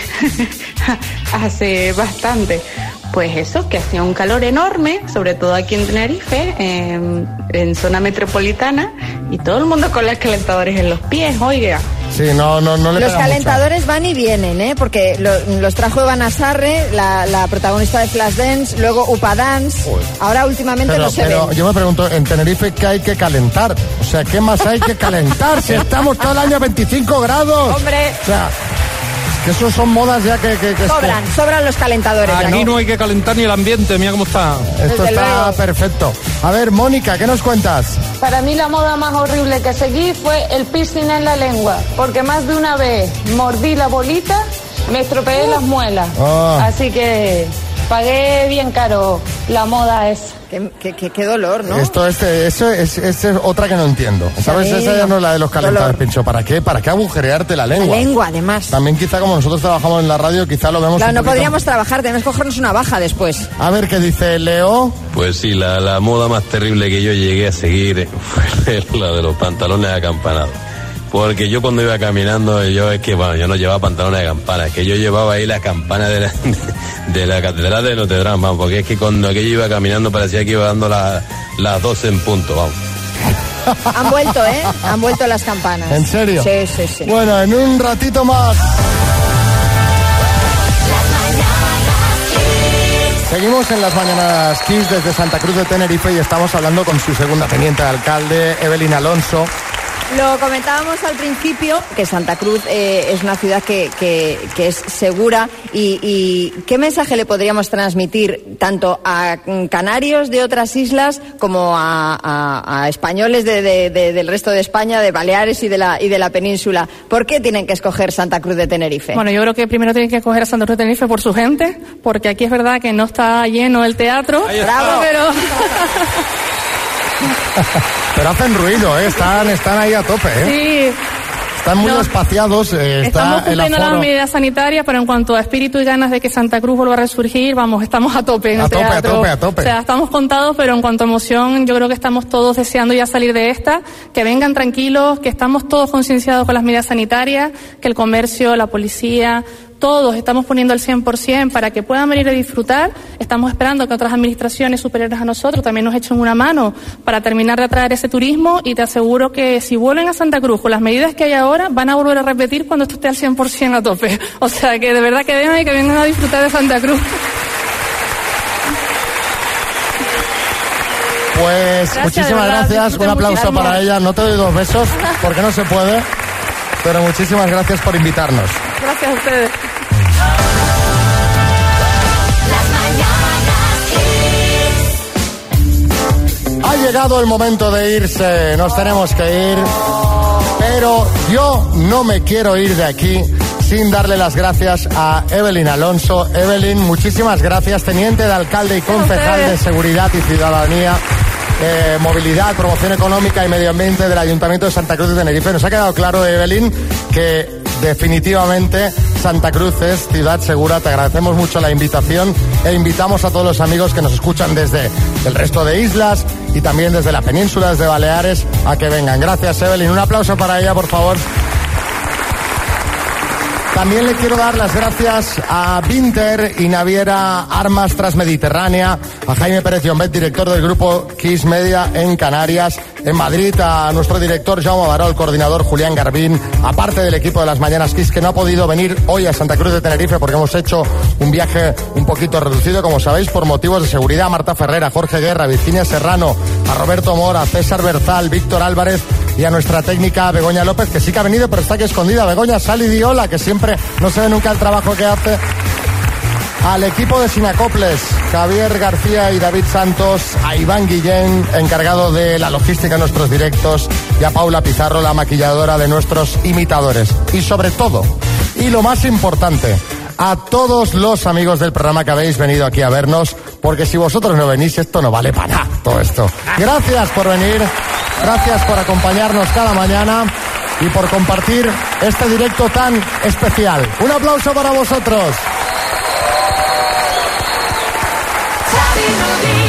hace bastante. Pues eso, que hacía un calor enorme, sobre todo aquí en Tenerife, en zona metropolitana, y todo el mundo con los calentadores en los pies, oiga. Sí, no le Los calentadores van y vienen, porque los trajo Ivana Sarre, la protagonista de Flashdance, luego Upa Dance. Ahora últimamente no se ven. Yo me pregunto, en Tenerife, ¿qué hay que calentar? O sea, ¿qué más hay que calentar? Si estamos todo el año a 25 grados. Hombre. O sea, que esos son modas ya que sobran los calentadores. Aquí no hay que calentar ni el ambiente, mira cómo está. Esto está perfecto. A ver, Mónica, ¿qué nos cuentas? Para mí la moda más horrible que seguí fue el piercing en la lengua, porque más de una vez mordí la bolita, me estropeé las muelas. Así que pagué bien caro la moda esa. Qué dolor, ¿no? Eso es otra que no entiendo. ¿Sabes? Sí, esa ya no es la de los calentadores, Pincho. ¿Para qué agujerearte la lengua? La lengua, además. También quizá como nosotros trabajamos en la radio, quizá lo vemos claro, no podríamos trabajar, tenemos que cogernos una baja después. A ver qué dice Leo. Pues sí, la moda más terrible que yo llegué a seguir fue la de los pantalones acampanados. Porque yo cuando iba caminando, yo no llevaba pantalones de campana, es que yo llevaba ahí la campana de la catedral de Notre Dame, vamos, porque es que cuando aquello iba caminando parecía que iba dando las 12 en punto, vamos. Han vuelto, han vuelto las campanas. ¿En serio? Sí. Bueno, en un ratito más. Seguimos en las Mañanas Kiss desde Santa Cruz de Tenerife y estamos hablando con su segunda teniente de alcalde, Evelyn Alonso. Lo comentábamos al principio, que Santa Cruz es una ciudad que es segura. Y ¿qué mensaje le podríamos transmitir tanto a canarios de otras islas como a españoles del resto de España, de Baleares y de la península? ¿Por qué tienen que escoger Santa Cruz de Tenerife? Bueno, yo creo que primero tienen que escoger a Santa Cruz de Tenerife por su gente, porque aquí es verdad que no está lleno el teatro. ¡Bravo! Pero hacen ruido, están ahí a tope, Sí. Están muy espaciados. Estamos cumpliendo las medidas sanitarias, pero en cuanto a espíritu y ganas de que Santa Cruz vuelva a resurgir, vamos, estamos a tope en el teatro. A tope. O sea, estamos contados, pero en cuanto a emoción, yo creo que estamos todos deseando ya salir de esta, que vengan tranquilos, que estamos todos concienciados con las medidas sanitarias, que el comercio, la policía, todos estamos poniendo el 100% para que puedan venir a disfrutar. Estamos esperando que otras administraciones superiores a nosotros también nos echen una mano para terminar de atraer ese turismo, y te aseguro que si vuelven a Santa Cruz con las medidas que hay ahora, van a volver a repetir cuando esto esté al 100% a tope. O sea, que de verdad que vengan y que vengan a disfrutar de Santa Cruz. Pues muchísimas gracias, un aplauso para ella. No te doy 2 besos porque no se puede, pero muchísimas gracias por invitarnos. Gracias a ustedes. Ha llegado el momento de irse, nos tenemos que ir, pero yo no me quiero ir de aquí sin darle las gracias a Evelyn Alonso. Evelyn, muchísimas gracias, teniente de alcalde y concejal de Seguridad y Ciudadanía, Movilidad, Promoción Económica y Medio Ambiente del Ayuntamiento de Santa Cruz de Tenerife. Nos ha quedado claro, Evelyn, que definitivamente Santa Cruz es ciudad segura. Te agradecemos mucho la invitación e invitamos a todos los amigos que nos escuchan desde el resto de islas y también desde la península, desde Baleares, a que vengan. Gracias, Evelyn. Un aplauso para ella, por favor. También le quiero dar las gracias a Vinter y Naviera Armas Transmediterránea, a Jaime Pérez Llombet, director del grupo Kiss Media en Canarias, en Madrid a nuestro director Jaume Baró, coordinador Julián Garbín, aparte del equipo de las Mañanas Kiss, que no ha podido venir hoy a Santa Cruz de Tenerife porque hemos hecho un viaje un poquito reducido, como sabéis, por motivos de seguridad. A Marta Ferrera, Jorge Guerra, Virginia Serrano, a Roberto Mora, a César Berzal, Víctor Álvarez y a nuestra técnica Begoña López, que sí que ha venido pero está aquí escondida. Begoña, sal y di hola, que siempre no se ve nunca el trabajo que hace. Al equipo de Sinacoples, Javier García y David Santos, a Iván Guillén, encargado de la logística de nuestros directos, y a Paula Pizarro, la maquilladora de nuestros imitadores. Y sobre todo, y lo más importante, a todos los amigos del programa que habéis venido aquí a vernos, porque si vosotros no venís, esto no vale para nada, todo esto. Gracias por venir, gracias por acompañarnos cada mañana y por compartir este directo tan especial. Un aplauso para vosotros. Xavi Rodríguez.